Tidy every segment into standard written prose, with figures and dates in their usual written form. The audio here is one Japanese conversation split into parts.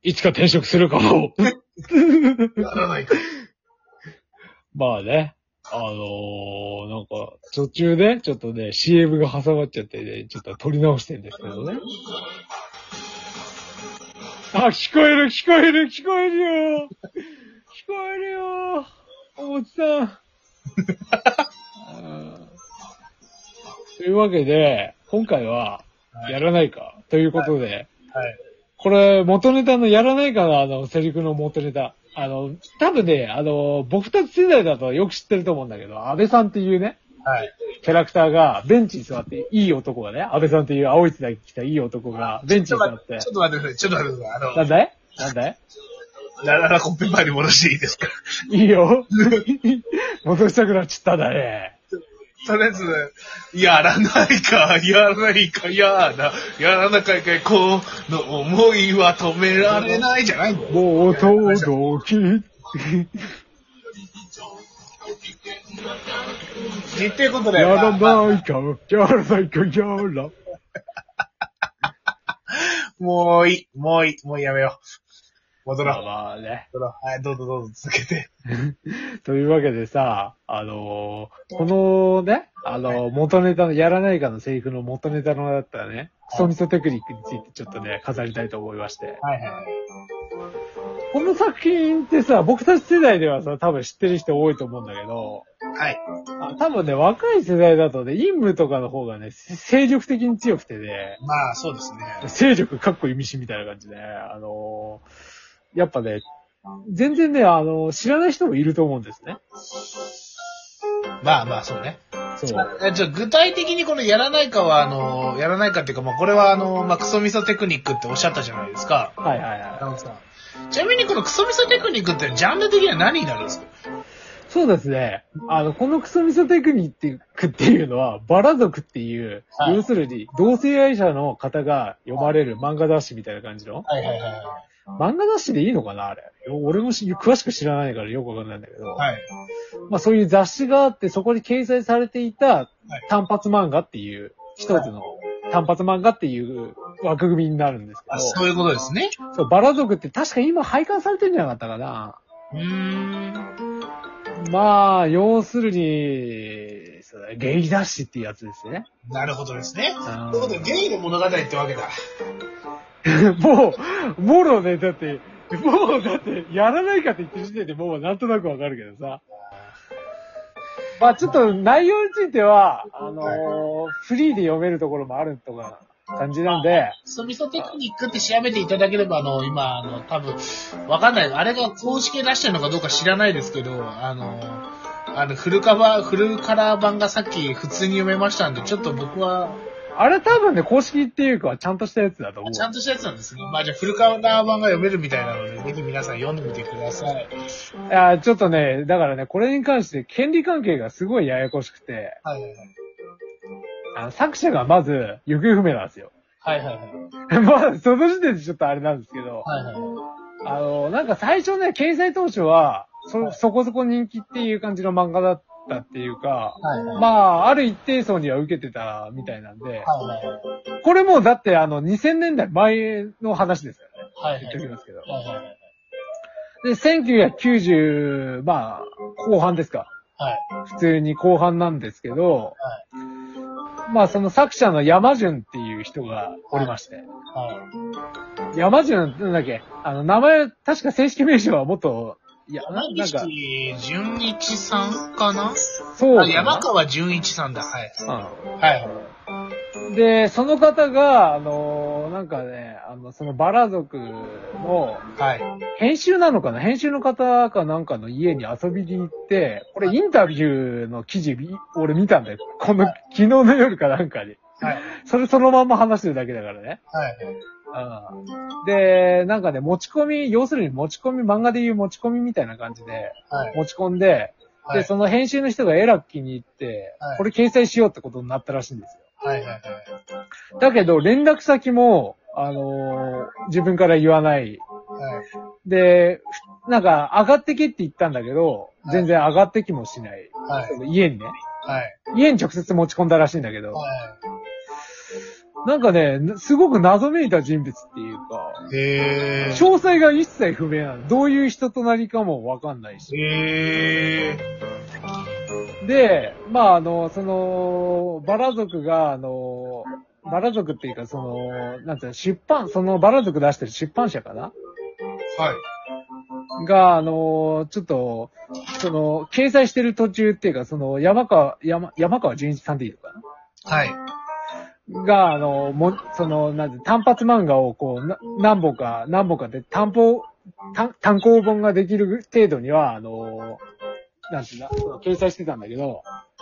いつか転職するかも。 やらないか。 まあね。なんか、途中で、ちょっとね、CM が挟まっちゃってね、ちょっと撮り直してんですけどね。あ、聞こえるよ聞こえるよおもちさん。というわけで、今回は、やらないか、ということで、 はい。 これ、元ネタのやらないかのセリフの元ネタ。多分ね、僕たち世代だとよく知ってると思うんだけど、安倍さんっていうね、 はい。 キャラクターがベンチに座って、いい男がね、安倍さんっていう青いつだけ着たいい男がベンチに座って。 ちょっと待ってください。ちょっと待ってください。 なんだいラララコッペパンに戻していいですか？ いいよ。戻したくなっちゃったんだね。 とりあえず、やらないか、やらなかいかい、この思いは止められないじゃないんだよ。 もう届き。 っていうことで。 やらないか。 もういい、もうやめよう。戻ろう。 まあね。 はい、どうぞ続けて。 というわけでさ、このね、元ネタのやらないかのセリフの元ネタのだったらね、クソミソテクニックについてちょっとね、語りたいと思いまして。 はいはい。 この作品ってさ、僕たち世代ではさ、多分知ってる人多いと思うんだけど、 はい。 多分ね、若い世代だとね、陰夢とかの方がね、精力的に強くてね、 まあ、そうですね。 勢力かっこ意味深みたいな感じで、やっぱね、全然ね、知らない人もいると思うんですね。 まあ、そうね。 そう。 じゃあ具体的にこのやらないかは、やらないかっていうか、まあ、これはクソミソテクニックっておっしゃったじゃないですか。 はいはいはい。 ちなみにこのクソミソテクニックってジャンル的には何になるんですか？ そうですね。このクソミソテクニックっていうのは、バラ族っていう、 はい、 要するに同性愛者の方が読まれる漫画雑誌みたいな感じの。 はい。 漫画雑誌でいいのかなあれ。俺も詳しく知らないからよくわかんないんだけど。 はい。 まあそういう雑誌があって、そこに掲載されていた単発漫画っていう、一つの単発漫画っていう枠組みになるんですけど。 そういうことですね。 そう、バラ族って確か今廃刊されてるんじゃなかったかな。まあ、要するに、ゲイ雑誌っていうやつですね。 なるほどですね。ということで、ゲイの物語ってわけだ。 もろね、だって、やらないかって言ってる時点でもうなんとなくわかるけどさ。まあちょっと内容については、フリーで読めるところもあるとか感じなんで。 クソミソテクニックって調べていただければ、今、多分、わかんない。あれが公式出してるのかどうか知らないですけど、フルカラー版がさっき普通に読めましたんで、ちょっと僕は、 あれ多分ね、公式っていうか、ちゃんとしたやつだと思う。 ちゃんとしたやつなんですね。まあじゃあフルカラー版が読めるみたいなので、ぜひ皆さん読んでみてください。 いや、ちょっとね、だからね、これに関して権利関係がすごいややこしくて、 はい。 作者がまず行方不明なんですよ。 はい。 まあ、その時点でちょっとあれなんですけど、 はい。 なんか最初ね、掲載当初は、そこそこ人気っていう感じの漫画だったっていうか、まあ、ある一定層には受けてたみたいなんで、これもだって2000年代前の話ですからね。言っておきますけど。で、1990、まあ、後半ですか。普通に後半なんですけど、まあその作者の山潤っていう人がおりまして。山潤、なんだっけ名前、確か正式名称はもっと、 山岸純一さんかな？ そう。 山川純一さんだ。はい。 で、その方が、なんかね、そのバラ族の、編集なのかな？編集の方かなんかの家に遊びに行って、これインタビューの記事、俺見たんだよ。昨日の夜かなんかに。そのまんま話してるだけだからね。で、なんかね、要するに漫画でいう持ち込みみたいな感じで、持ち込んで、で、その編集の人がえらく気に入って、これ掲載しようってことになったらしいんですよ。だけど、連絡先も、自分から言わない。で、なんか、上がってけって言ったんだけど、全然上がってきもしない。家にね。家に直接持ち込んだらしいんだけど。 なんかね、すごく謎めいた人物っていうか、詳細が一切不明なの。どういう人となりかもわかんないし。で、まあその、バラ族が、バラ族っていうか、その、なんていうの、そのバラ族出してる出版社かな？ はい。 が、ちょっと、その、掲載してる途中っていうか、その、山川純一さんでいいのかな？ はい。 が、その、単発漫画をこう、何本かで単行本ができる程度には、なんていうんだ、掲載してたんだけど、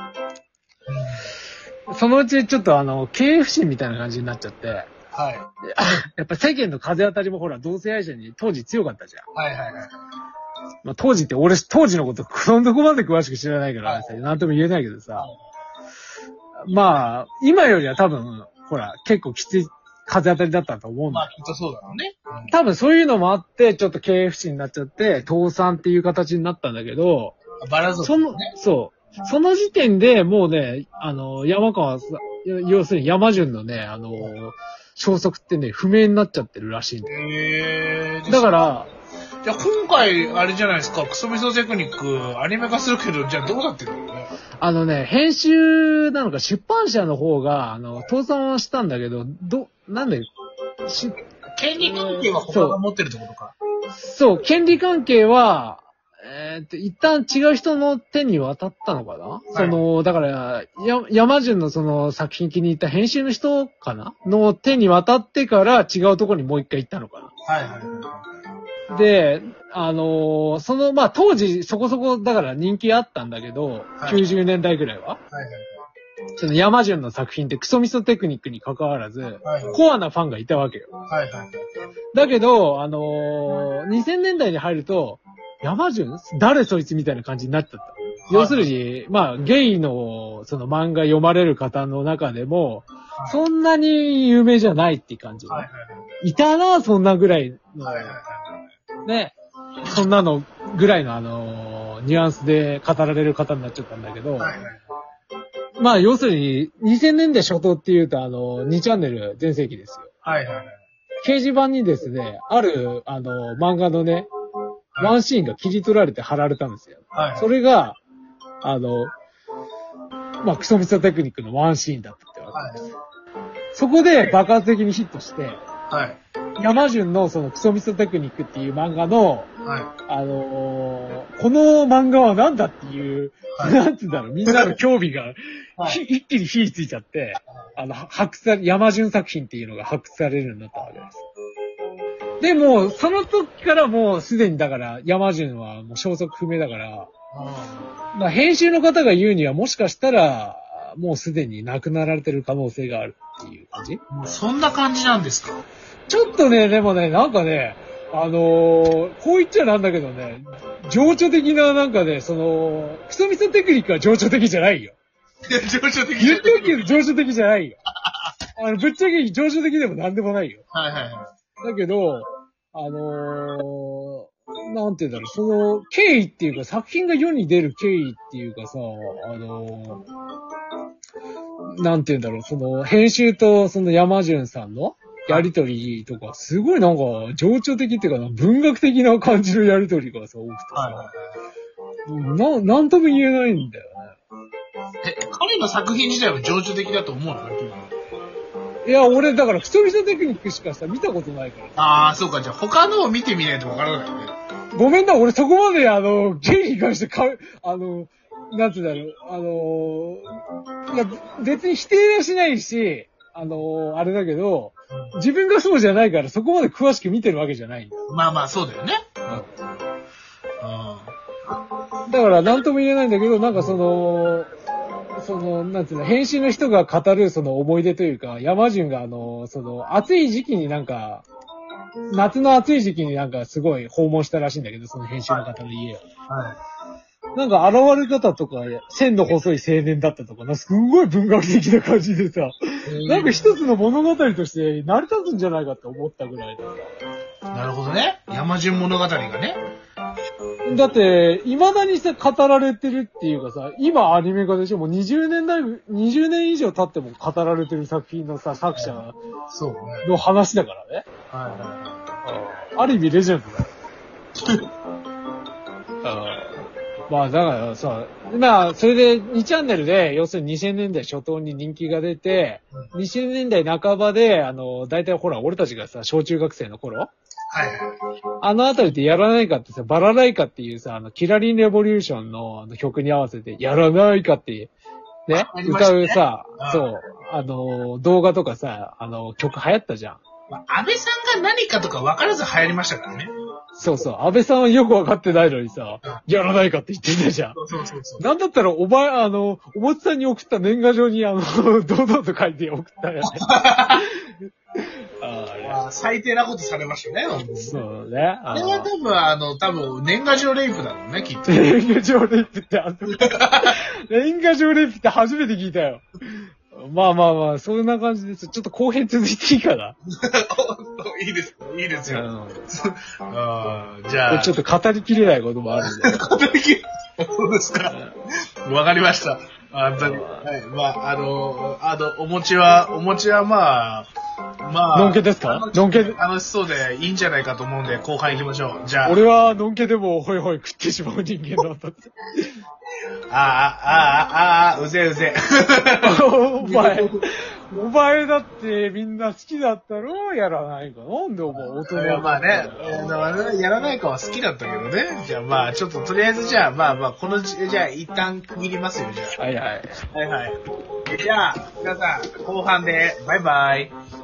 そのうちちょっと経営不振みたいな感じになっちゃって、 はい。 やっぱ世間の風当たりもほら、同性愛者に当時強かったじゃん。 はいはいはい。 まあ当時って俺、当時のことそんなとこまで詳しく知らないから、なんとも言えないけどさ、まあ、今よりは多分、ほら、結構きつい風当たりだったと思うんだ。 まあ、きっとそうだろうね。 多分そういうのもあって、ちょっと経営不振になっちゃって、倒産っていう形になったんだけど、 バラ族ね。 その時点でもうね、山川さん、要するに山順のね、消息ってね、不明になっちゃってるらしいんだよ。だから、 じゃあ今回、あれじゃないですか、クソミソテクニック、アニメ化するけど、じゃあどうなってるのね。 編集なのか出版社の方が、倒産はしたんだけど、なんで、 権利関係は他が持ってるってことか。 そう、権利関係は、一旦違う人の手に渡ったのかな、はい、その、だから、山順のその作品気に入った編集の人かなの手に渡ってから違うところにもう一回行ったのかな。 はいはいはい。 で、その、まあ、当時そこそこだから人気あったんだけど、はい、90年代ぐらいは。はいはいはい。その山順の作品ってクソミソテクニックに関わらず、はいはい、コアなファンがいたわけよ。はいはい。だけど、2000年代に入ると、山順誰そいつみたいな感じになっちゃった。はい、要するに、まあ、ゲイの、その漫画読まれる方の中でも、はい、そんなに有名じゃないっていう感じ。はいはいはい、いたな、そんなぐらいの。はいはいはい、ね。そんなのぐらいのニュアンスで語られる方になっちゃったんだけど、はいはい、まあ、要するに、2000年代初頭っていうと、2チャンネル全盛期ですよ。はいはいはい。掲示板にですね、ある、漫画のね、ワンシーンが切り取られて貼られたんですよ。はいはい、それが、まあ、クソミソテクニックのワンシーンだったってわけです。はい、そこで爆発的にヒットして、はい、山順のそのクソミソテクニックっていう漫画の、はい、この漫画はなんだっていう、はい、なんつうんだろう、みんなの興味が、はい、一気に火ついちゃって、山順作品っていうのが発掘されるようになったわけです。でも、その時からもうすでにだから、山順はもう消息不明だから、まあ、編集の方が言うにはもしかしたら、もうすでに亡くなられてる可能性があるっていう感じ？ そんな感じなんですか？ ちょっとね、でもね、なんかね、こう言っちゃなんだけどね、情緒的ななんかね、その、クソミソテクニックは情緒的じゃないよ。 情緒的言ってるけど情緒的じゃないよ。ぶっちゃけ情緒的でもなんでもないよ。はいはいはい。だけど、なんて言うんだろう、その、経緯っていうか、作品が世に出る経緯っていうかさ、なんて言うんだろう、その、編集とその山順さんのやりとりとか、すごいなんか、情緒的っていうか、文学的な感じのやりとりがさ、多くてさ、なんとも言えないんだよね。彼の作品自体は情緒的だと思うの？ いや、俺、だから、クソミソテクニックしかさ、見たことないから。 ああ、そうか。じゃあ、他のを見てみないとわからないよね。 ごめんな、俺そこまで、ゲイに関してなんつうんだろう、いや、別に否定はしないし、あれだけど、自分がそうじゃないから、そこまで詳しく見てるわけじゃないんだ。 まあまあ、そうだよね。 だから、なんとも言えないんだけど、なんかその、なんていうの、編集の人が語るその思い出というか、山順がその、暑い時期になんか、夏の暑い時期になんかすごい訪問したらしいんだけど、その編集の方の家を。はい。なんか現れ方とか、線の細い青年だったとか、すんごい文学的な感じでさ、なんか一つの物語として成り立つんじゃないかって思ったぐらいださ。なるほどね。山順物語がね。 だって、未だにさ、語られてるっていうかさ、今アニメ化でしょもう20年以上経っても語られてる作品のさ、作者の話だからね。ある意味レジェンドだよ。まあだからさ、まあそれで2チャンネルで、要するに2000年代初頭に人気が出て、2000年代半ばで、大体ほら、俺たちがさ、小中学生の頃あのあたりでやらないかってさ、バラライカっていうさ、キラリンレボリューションの曲に合わせて、やらないかっていう、ね、歌うさ、そう、動画とかさ、曲流行ったじゃん。 安倍さんが何かとか分からず流行りましたからね。 そうそう。安倍さんはよく分かってないのにさ、やらないかって言ってたじゃん。そう。なんだったら、おもちさんに送った年賀状に、堂々と書いて送ったよね。 最低なことされましたね、 そうね。 あれは多分、年賀状レイプだろうね、きっと。 年賀状レイプって、年賀状レイプって初めて聞いたよ。まあ、そんな感じです。ちょっと後編続いていいかな。 いいですよ。じゃあ。 ちょっと語りきれないこともあるんで。 語りきれないそうですか。わかりました。本当に。はい。まあ、お餅はまあ。 のんけですか？のんけ。 楽しそうでいいんじゃないかと思うんで、後半行きましょう。じゃあ。 俺はのんけでもホイホイ食ってしまう人間だった。 うぜえ。 お前だってみんな好きだったろやらないか。なんでお前大人まあね、やらないかは好きだったけどね。じゃあまあ、ちょっととりあえずじゃあ、まあ、じゃあ一旦区切りますよ、じゃあ。 はい。 じゃあ、皆さん、後半で、バイバイ。